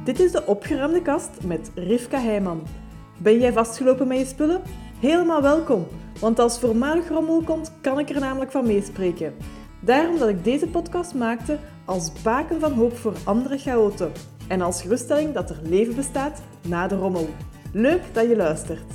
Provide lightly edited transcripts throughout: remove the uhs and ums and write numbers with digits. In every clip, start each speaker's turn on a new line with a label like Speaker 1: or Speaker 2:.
Speaker 1: Dit is de opgeruimde kast met Rivka Heijman. Ben jij vastgelopen met je spullen? Helemaal welkom, want als voormalig rommel komt, kan ik er namelijk van meespreken. Daarom dat ik deze podcast maakte als baken van hoop voor andere chaoten. En als geruststelling dat er leven bestaat na de rommel. Leuk dat je luistert.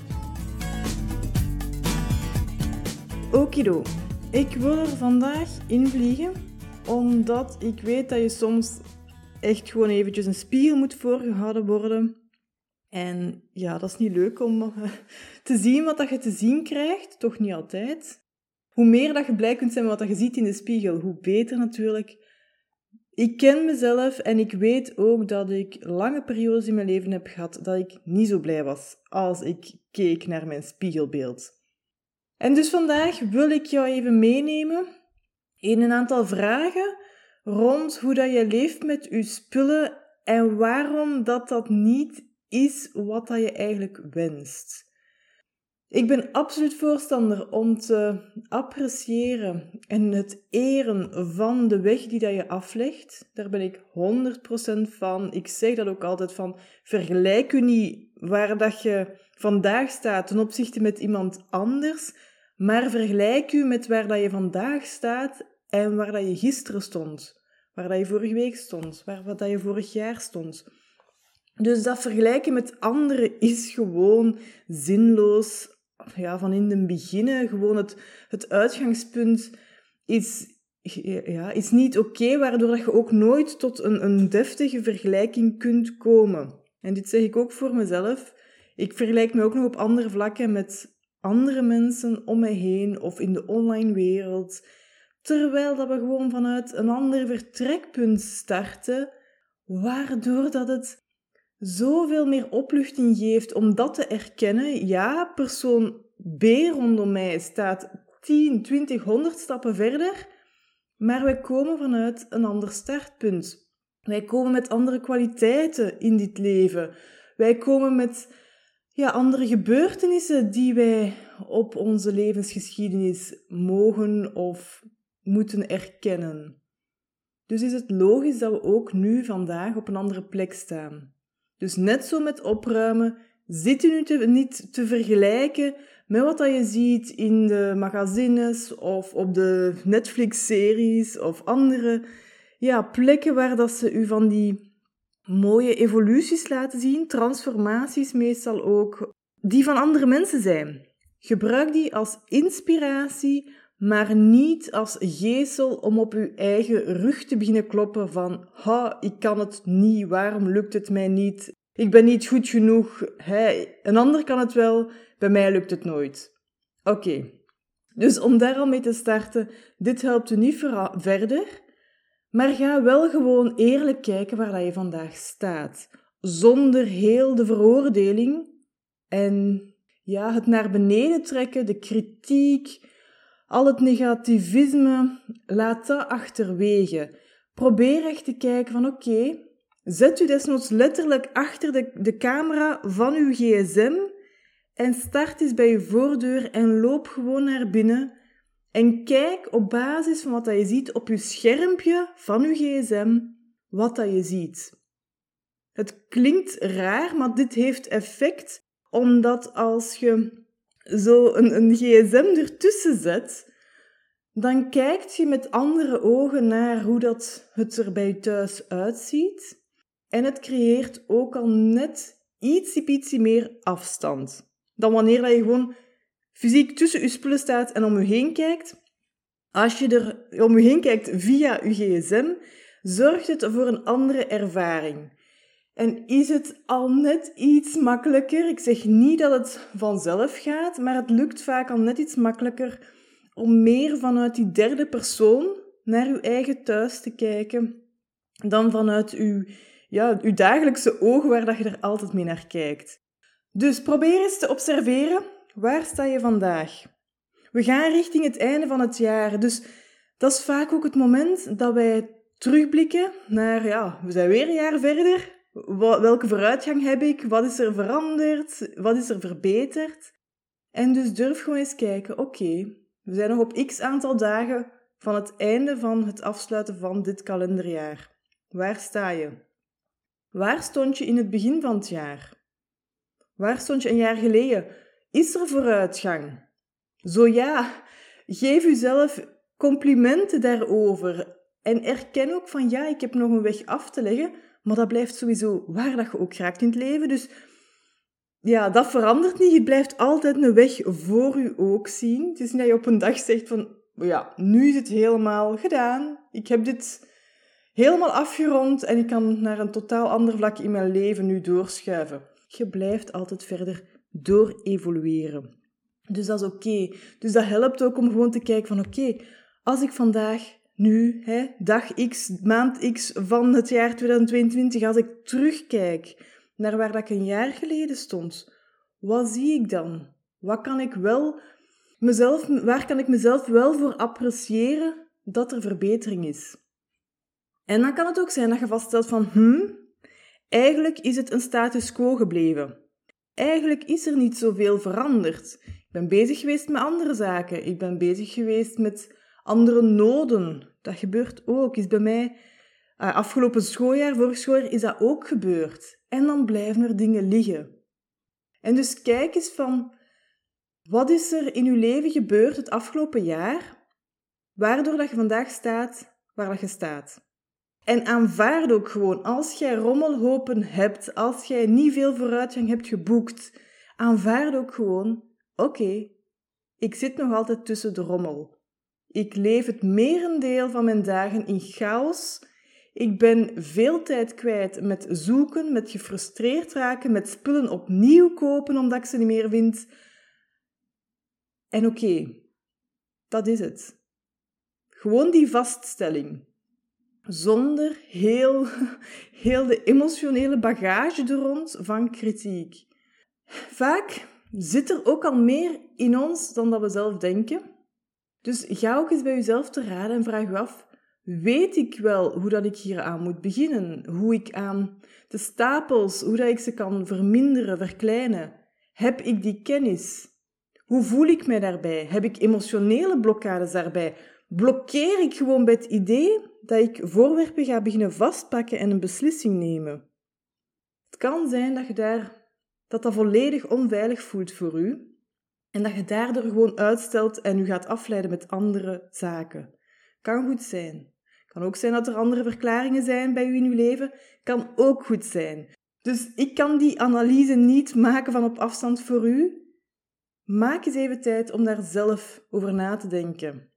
Speaker 1: Okido, ik wil er vandaag in vliegen, omdat ik weet dat je soms echt gewoon eventjes een spiegel moet voorgehouden worden. En ja, dat is niet leuk om te zien wat dat je te zien krijgt, toch niet altijd. Hoe meer dat je blij kunt zijn met wat je ziet in de spiegel, hoe beter natuurlijk. Ik ken mezelf en ik weet ook dat ik lange periodes in mijn leven heb gehad dat ik niet zo blij was als ik keek naar mijn spiegelbeeld. En dus vandaag wil ik jou even meenemen in een aantal vragen rond hoe dat je leeft met je spullen en waarom dat niet is wat dat je eigenlijk wenst. Ik ben absoluut voorstander om te appreciëren en het eren van de weg die dat je aflegt. Daar ben ik 100% van. Ik zeg dat ook altijd van, vergelijk je niet waar dat je vandaag staat ten opzichte met iemand anders, maar vergelijk je met waar dat je vandaag staat en waar dat je gisteren stond. Waar dat je vorige week stond, waar dat je vorig jaar stond. Dus dat vergelijken met anderen is gewoon zinloos. Ja, van in het begin, gewoon het uitgangspunt is niet oké, waardoor dat je ook nooit tot een deftige vergelijking kunt komen. En dit zeg ik ook voor mezelf. Ik vergelijk me ook nog op andere vlakken met andere mensen om mij heen of in de online wereld, terwijl dat we gewoon vanuit een ander vertrekpunt starten, waardoor dat het zoveel meer opluchting geeft om dat te erkennen. Ja, persoon B rondom mij staat 10, 20, 100 stappen verder, maar wij komen vanuit een ander startpunt. Wij komen met andere kwaliteiten in dit leven. Wij komen met andere gebeurtenissen die wij op onze levensgeschiedenis mogen of moeten erkennen. Dus is het logisch dat we ook nu vandaag op een andere plek staan. Dus net zo met opruimen, zit je nu niet te vergelijken met wat dat je ziet in de magazines of op de Netflix-series of andere plekken waar dat ze u van die mooie evoluties laten zien, transformaties meestal ook, die van andere mensen zijn. Gebruik die als inspiratie, maar niet als geesel om op uw eigen rug te beginnen kloppen van ik kan het niet, waarom lukt het mij niet? Ik ben niet goed genoeg, een ander kan het wel, bij mij lukt het nooit. Oké. Dus om daar al mee te starten, dit helpt u niet verder, maar ga wel gewoon eerlijk kijken waar dat je vandaag staat, zonder heel de veroordeling en het naar beneden trekken, de kritiek, al het negativisme, laat dat achterwege. Probeer echt te kijken van oké, zet u desnoods letterlijk achter de camera van uw gsm en start eens bij je voordeur en loop gewoon naar binnen en kijk op basis van wat dat je ziet op je schermpje van uw gsm, wat dat je ziet. Het klinkt raar, maar dit heeft effect, omdat als je zo een gsm ertussen zet, dan kijkt je met andere ogen naar hoe dat het er bij je thuis uitziet. En het creëert ook al net ietsje meer afstand dan wanneer dat je gewoon fysiek tussen je spullen staat en om je heen kijkt. Als je er om je heen kijkt via je gsm, zorgt het voor een andere ervaring. En is het al net iets makkelijker, ik zeg niet dat het vanzelf gaat, maar het lukt vaak al net iets makkelijker om meer vanuit die derde persoon naar uw eigen thuis te kijken dan vanuit uw dagelijkse ogen waar dat je er altijd mee naar kijkt. Dus probeer eens te observeren, waar sta je vandaag? We gaan richting het einde van het jaar, dus dat is vaak ook het moment dat wij terugblikken naar, we zijn weer een jaar verder. Welke vooruitgang heb ik? Wat is er veranderd? Wat is er verbeterd? En dus durf gewoon eens kijken, oké, we zijn nog op x aantal dagen van het einde van het afsluiten van dit kalenderjaar. Waar sta je? Waar stond je in het begin van het jaar? Waar stond je een jaar geleden? Is er vooruitgang? Zo ja, geef jezelf complimenten daarover. En erken ook van ja, ik heb nog een weg af te leggen, maar dat blijft sowieso waar dat je ook raakt in het leven. Dus ja, dat verandert niet. Je blijft altijd een weg voor je ook zien. Het is niet dat je op een dag zegt van ja, nu is het helemaal gedaan. Ik heb dit helemaal afgerond en ik kan naar een totaal ander vlak in mijn leven nu doorschuiven. Je blijft altijd verder door-evolueren. Dus dat is oké. Dus dat helpt ook om gewoon te kijken van oké, als ik vandaag, nu, dag X, maand X van het jaar 2022, als ik terugkijk naar waar dat ik een jaar geleden stond, wat zie ik dan? Waar kan ik mezelf wel voor appreciëren dat er verbetering is? En dan kan het ook zijn dat je vaststelt van eigenlijk is het een status quo gebleven. Eigenlijk is er niet zoveel veranderd. Ik ben bezig geweest met andere zaken. Ik ben bezig geweest met andere noden. Dat gebeurt ook. Is bij mij afgelopen schooljaar, vorig schooljaar, is dat ook gebeurd. En dan blijven er dingen liggen. En dus kijk eens van, wat is er in je leven gebeurd het afgelopen jaar, waardoor dat je vandaag staat waar dat je staat. En aanvaard ook gewoon, als jij rommelhopen hebt, als jij niet veel vooruitgang hebt geboekt, aanvaard ook gewoon, oké, ik zit nog altijd tussen de rommel. Ik leef het merendeel van mijn dagen in chaos. Ik ben veel tijd kwijt met zoeken, met gefrustreerd raken, met spullen opnieuw kopen omdat ik ze niet meer vind. En oké, dat is het. Gewoon die vaststelling. Zonder heel de emotionele bagage er rond van kritiek. Vaak zit er ook al meer in ons dan dat we zelf denken. Dus ga ook eens bij jezelf te raden en vraag je af, weet ik wel hoe dat ik hier aan moet beginnen? Hoe ik aan de stapels, hoe dat ik ze kan verminderen, verkleinen? Heb ik die kennis? Hoe voel ik mij daarbij? Heb ik emotionele blokkades daarbij? Blokkeer ik gewoon bij het idee dat ik voorwerpen ga beginnen vastpakken en een beslissing nemen? Het kan zijn dat dat volledig onveilig voelt voor u en dat je daardoor gewoon uitstelt en u gaat afleiden met andere zaken. Kan goed zijn. Kan ook zijn dat er andere verklaringen zijn bij u in uw leven. Kan ook goed zijn. Dus ik kan die analyse niet maken van op afstand voor u. Maak eens even tijd om daar zelf over na te denken.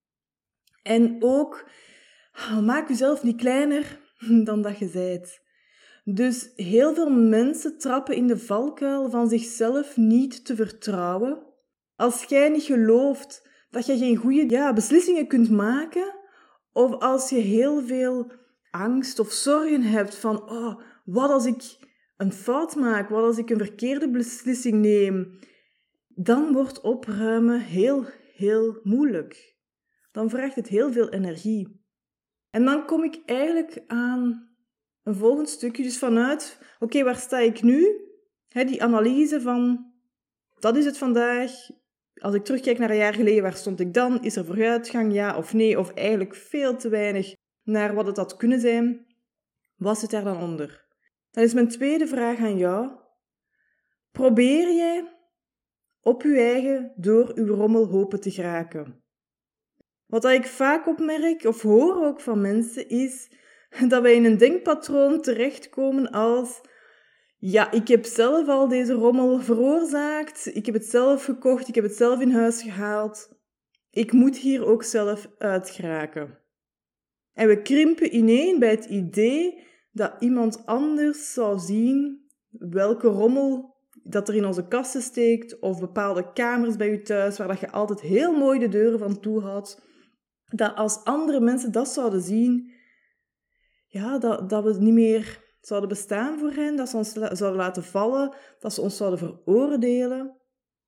Speaker 1: En ook, maak jezelf niet kleiner dan dat je zijt. Dus heel veel mensen trappen in de valkuil van zichzelf niet te vertrouwen. Als jij niet gelooft dat je geen goede beslissingen kunt maken, of als je heel veel angst of zorgen hebt van, wat als ik een fout maak, wat als ik een verkeerde beslissing neem, dan wordt opruimen heel, heel moeilijk. Dan vraagt het heel veel energie. En dan kom ik eigenlijk aan een volgend stukje, dus vanuit, oké, waar sta ik nu? Die analyse van, dat is het vandaag. Als ik terugkijk naar een jaar geleden, waar stond ik dan? Is er vooruitgang, ja of nee? Of eigenlijk veel te weinig naar wat het had kunnen zijn? Wat zit daar dan onder? Dan is mijn tweede vraag aan jou. Probeer jij op je eigen door uw rommelhopen te geraken? Wat ik vaak opmerk, of hoor ook van mensen, is dat wij in een denkpatroon terechtkomen als, ja, ik heb zelf al deze rommel veroorzaakt, ik heb het zelf gekocht, ik heb het zelf in huis gehaald, ik moet hier ook zelf uit geraken. En we krimpen ineen bij het idee dat iemand anders zou zien welke rommel dat er in onze kasten steekt, of bepaalde kamers bij je thuis, waar dat je altijd heel mooi de deuren van toe houdt, dat als andere mensen dat zouden zien, ja, dat we niet meer zouden bestaan voor hen, dat ze ons zouden laten vallen, dat ze ons zouden veroordelen.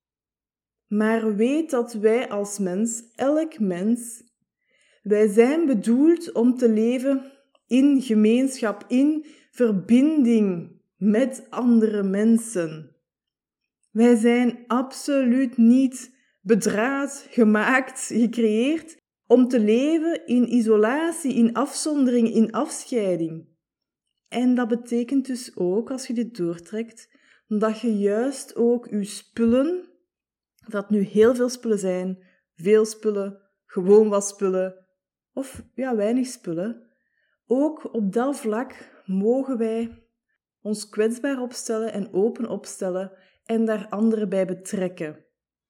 Speaker 1: Maar weet dat wij als mens, elk mens, wij zijn bedoeld om te leven in gemeenschap, in verbinding met andere mensen. Wij zijn absoluut niet bedraad, gemaakt, gecreëerd om te leven in isolatie, in afzondering, in afscheiding. En dat betekent dus ook, als je dit doortrekt, dat je juist ook je spullen, of dat nu heel veel spullen zijn, veel spullen, gewoon wat spullen, of weinig spullen, ook op dat vlak mogen wij ons kwetsbaar opstellen en open opstellen en daar anderen bij betrekken.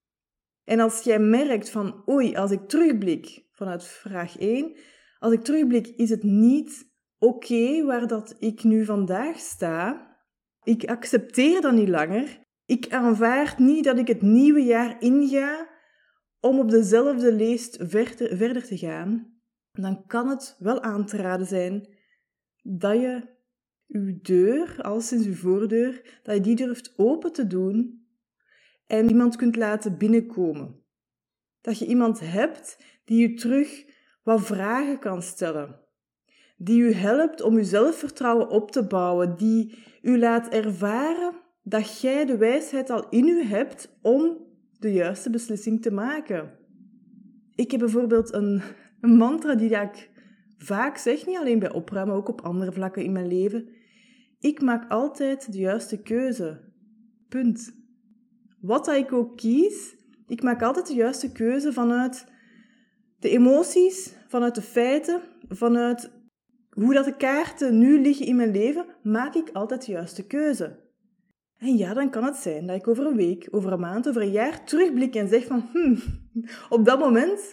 Speaker 1: En als jij merkt van, oei, als ik terugblik, vanuit vraag 1, als ik terugblik, is het niet oké waar dat ik nu vandaag sta. Ik accepteer dat niet langer. Ik aanvaard niet dat ik het nieuwe jaar inga om op dezelfde leest verder te gaan. Dan kan het wel aan te raden zijn dat je je deur, alleszins je voordeur, dat je die durft open te doen en iemand kunt laten binnenkomen. Dat je iemand hebt die je terug wat vragen kan stellen. Die je helpt om je zelfvertrouwen op te bouwen. Die je laat ervaren dat jij de wijsheid al in je hebt om de juiste beslissing te maken. Ik heb bijvoorbeeld een mantra die ik vaak zeg, niet alleen bij opruimen, maar ook op andere vlakken in mijn leven. Ik maak altijd de juiste keuze. Punt. Wat dat ik ook kies, ik maak altijd de juiste keuze vanuit de emoties, vanuit de feiten, vanuit hoe dat de kaarten nu liggen in mijn leven, maak ik altijd de juiste keuze. En ja, dan kan het zijn dat ik over een week, over een maand, over een jaar terugblik en zeg van, op dat moment,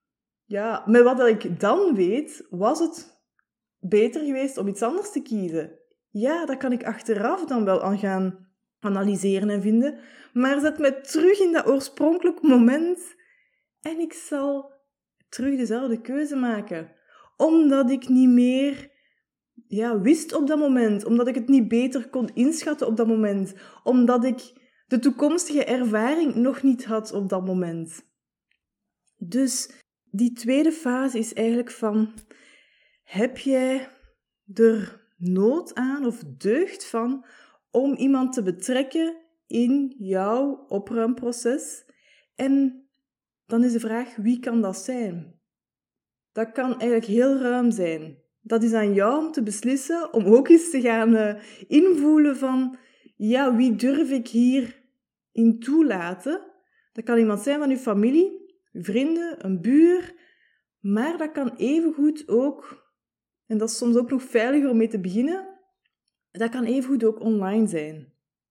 Speaker 1: met wat dat ik dan weet, was het beter geweest om iets anders te kiezen. Ja, dat kan ik achteraf dan wel aan gaan analyseren en vinden, maar zet me terug in dat oorspronkelijke moment en ik zal terug dezelfde keuze maken. Omdat ik niet meer wist op dat moment, omdat ik het niet beter kon inschatten op dat moment, omdat ik de toekomstige ervaring nog niet had op dat moment. Dus die tweede fase is eigenlijk van, heb jij er nood aan of deugd van om iemand te betrekken in jouw opruimproces? En dan is de vraag, wie kan dat zijn? Dat kan eigenlijk heel ruim zijn. Dat is aan jou om te beslissen, om ook eens te gaan invoelen van, wie durf ik hierin toelaten? Dat kan iemand zijn van je familie, je vrienden, een buur, maar dat kan evengoed ook, en dat is soms ook nog veiliger om mee te beginnen, dat kan evengoed ook online zijn.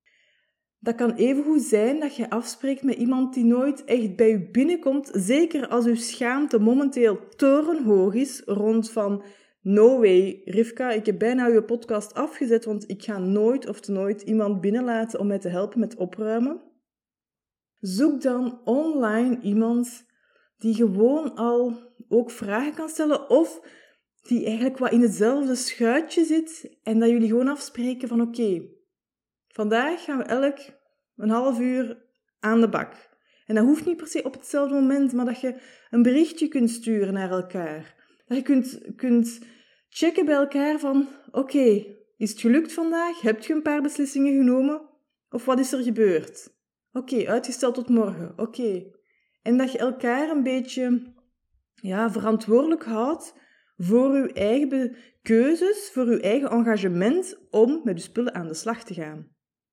Speaker 1: Dat kan evengoed zijn dat je afspreekt met iemand die nooit echt bij je binnenkomt, zeker als je schaamte momenteel torenhoog is, rond van no way, Rivka, ik heb bijna je podcast afgezet, want ik ga nooit of te nooit iemand binnenlaten om mij te helpen met opruimen. Zoek dan online iemand die gewoon al ook vragen kan stellen of die eigenlijk wat in hetzelfde schuitje zit en dat jullie gewoon afspreken van oké, vandaag gaan we elk een half uur aan de bak. En dat hoeft niet per se op hetzelfde moment, maar dat je een berichtje kunt sturen naar elkaar. Dat je kunt checken bij elkaar van oké, is het gelukt vandaag? Heb je een paar beslissingen genomen? Of wat is er gebeurd? Oké, uitgesteld tot morgen. Oké. En dat je elkaar een beetje verantwoordelijk houdt voor uw eigen keuzes, voor uw eigen engagement om met je spullen aan de slag te gaan.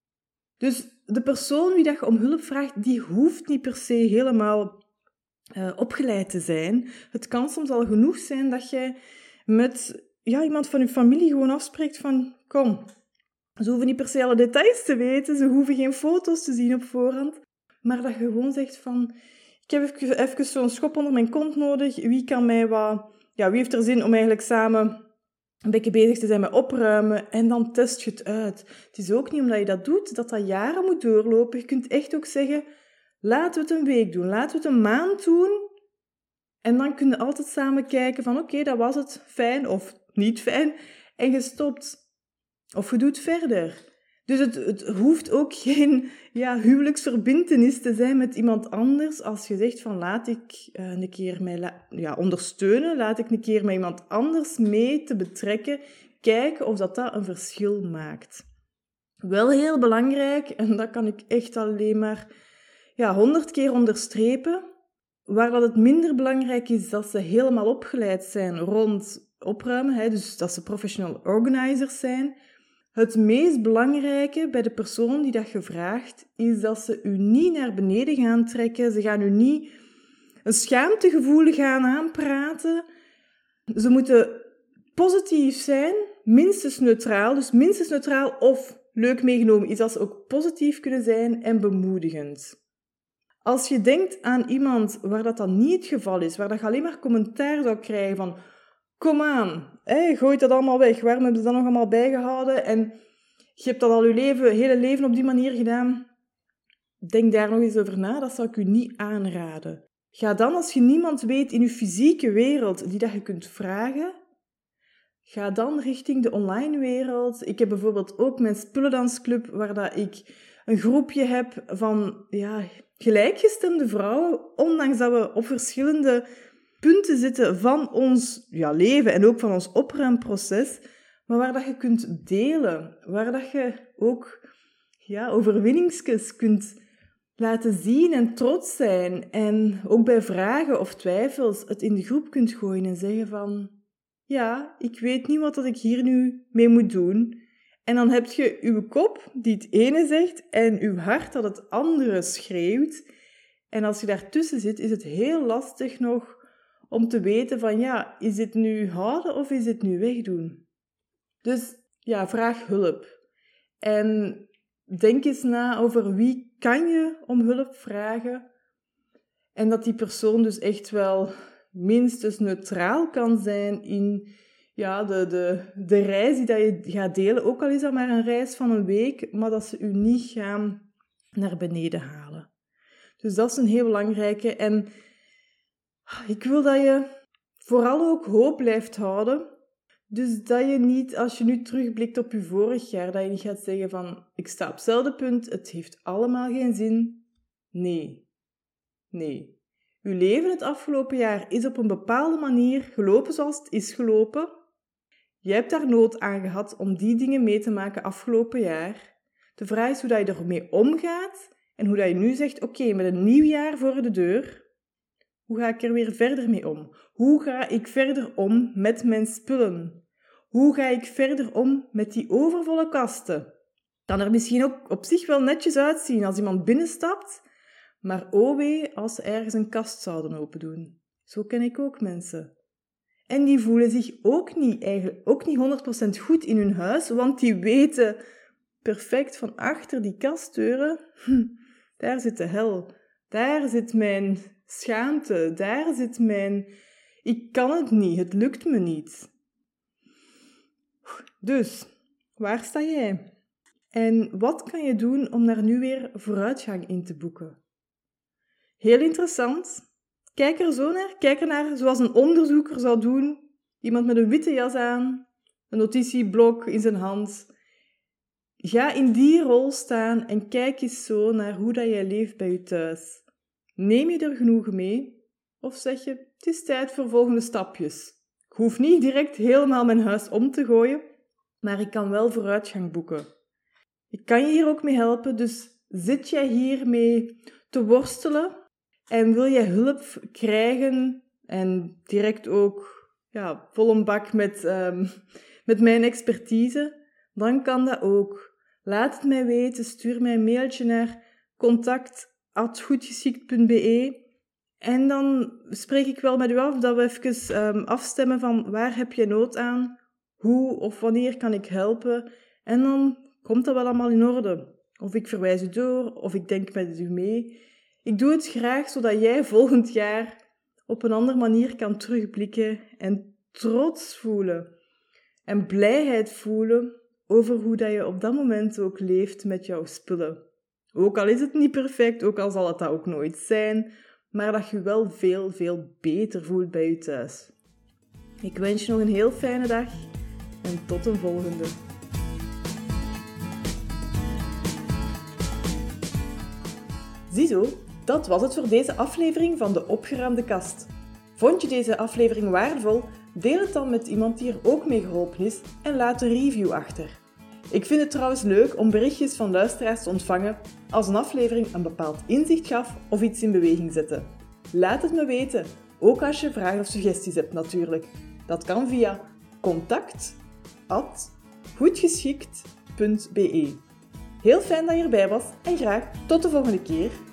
Speaker 1: Dus de persoon wie dat je om hulp vraagt, die hoeft niet per se helemaal opgeleid te zijn. Het kan soms al genoeg zijn dat jij met iemand van je familie gewoon afspreekt van kom, ze hoeven niet per se alle details te weten, ze hoeven geen foto's te zien op voorhand, maar dat je gewoon zegt van ik heb even zo'n schop onder mijn kont nodig, wie kan mij wie heeft er zin om eigenlijk samen een beetje bezig te zijn met opruimen en dan test je het uit. Het is ook niet omdat je dat doet, dat jaren moet doorlopen. Je kunt echt ook zeggen, laten we het een week doen, laten we het een maand doen. En dan kun je altijd samen kijken van oké, dat was het, fijn of niet fijn. En je stopt. Of je doet verder. Dus het hoeft ook geen huwelijksverbintenis te zijn met iemand anders. Als je zegt van laat ik een keer mij ondersteunen, laat ik een keer met iemand anders mee te betrekken, kijken of dat een verschil maakt. Wel heel belangrijk, en dat kan ik echt alleen maar 100 keer onderstrepen, waar dat het minder belangrijk is dat ze helemaal opgeleid zijn rond opruimen, dus dat ze professional organizers zijn. Het meest belangrijke bij de persoon die dat je vraagt, is dat ze u niet naar beneden gaan trekken. Ze gaan u niet een schaamtegevoel gaan aanpraten. Ze moeten positief zijn, minstens neutraal. Dus minstens neutraal of leuk meegenomen is dat ze ook positief kunnen zijn en bemoedigend. Als je denkt aan iemand waar dat dan niet het geval is, waar dat je alleen maar commentaar zou krijgen van kom aan, gooi dat allemaal weg, waarom hebben ze dat nog allemaal bijgehouden en je hebt dat al je hele leven op die manier gedaan, denk daar nog eens over na, dat zou ik u niet aanraden. Ga dan, als je niemand weet in je fysieke wereld die dat je kunt vragen, ga dan richting de online wereld. Ik heb bijvoorbeeld ook mijn spullendansclub, waar dat ik een groepje heb van gelijkgestemde vrouwen, ondanks dat we op verschillende punten zitten van ons leven en ook van ons opruimproces, maar waar dat je kunt delen, waar dat je ook overwinningsjes kunt laten zien en trots zijn en ook bij vragen of twijfels het in de groep kunt gooien en zeggen van ik weet niet wat dat ik hier nu mee moet doen. En dan heb je uw kop die het ene zegt en uw hart dat het andere schreeuwt. En als je daartussen zit, is het heel lastig nog om te weten van is dit nu houden of is dit nu wegdoen? Dus vraag hulp. En denk eens na over wie kan je om hulp vragen. En dat die persoon dus echt wel minstens neutraal kan zijn in de reis die dat je gaat delen. Ook al is dat maar een reis van een week, maar dat ze u niet gaan naar beneden halen. Dus dat is een heel belangrijke. En ik wil dat je vooral ook hoop blijft houden. Dus dat je niet, als je nu terugblikt op je vorig jaar, dat je niet gaat zeggen van ik sta op hetzelfde punt, het heeft allemaal geen zin. Nee. Uw leven het afgelopen jaar is op een bepaalde manier gelopen zoals het is gelopen. Jij hebt daar nood aan gehad om die dingen mee te maken afgelopen jaar. De vraag is hoe dat je ermee omgaat en hoe dat je nu zegt, oké, met een nieuw jaar voor de deur, hoe ga ik er weer verder mee om? Hoe ga ik verder om met mijn spullen? Hoe ga ik verder om met die overvolle kasten? Kan er misschien ook op zich wel netjes uitzien als iemand binnenstapt, maar oh wee als ze ergens een kast zouden opendoen. Zo ken ik ook mensen. En die voelen zich ook niet 100% goed in hun huis, want die weten perfect van achter die kastdeuren, daar zit de hel. Daar zit mijn schaamte. Daar zit mijn ik kan het niet, het lukt me niet. Dus, waar sta jij? En wat kan je doen om daar nu weer vooruitgang in te boeken? Heel interessant. Kijk er zo naar. Kijk er naar zoals een onderzoeker zou doen. Iemand met een witte jas aan, een notitieblok in zijn hand. Ga in die rol staan en kijk eens zo naar hoe dat jij leeft bij je thuis. Neem je er genoegen mee? Of zeg je, het is tijd voor volgende stapjes. Ik hoef niet direct helemaal mijn huis om te gooien, maar ik kan wel vooruitgang boeken. Ik kan je hier ook mee helpen, dus zit jij hiermee te worstelen en wil jij hulp krijgen en direct ook vol een bak met mijn expertise, dan kan dat ook. Laat het mij weten, stuur mij een mailtje naar contact@goedgeschikt.be en dan spreek ik wel met u af dat we even afstemmen van waar heb je nood aan, hoe of wanneer kan ik helpen en dan komt dat wel allemaal in orde. Of ik verwijs u door, of ik denk met u mee. Ik doe het graag zodat jij volgend jaar op een andere manier kan terugblikken en trots voelen en blijheid voelen over hoe dat je op dat moment ook leeft met jouw spullen. Ook al is het niet perfect, ook al zal het dat ook nooit zijn, maar dat je wel veel, veel beter voelt bij je thuis. Ik wens je nog een heel fijne dag en tot een volgende. Ziezo, dat was het voor deze aflevering van de Opgeruimde Kast. Vond je deze aflevering waardevol? Deel het dan met iemand die er ook mee geholpen is en laat een review achter. Ik vind het trouwens leuk om berichtjes van luisteraars te ontvangen als een aflevering een bepaald inzicht gaf of iets in beweging zette. Laat het me weten, ook als je vragen of suggesties hebt natuurlijk. Dat kan via contact@goedgeschikt.be. Heel fijn dat je erbij was en graag tot de volgende keer.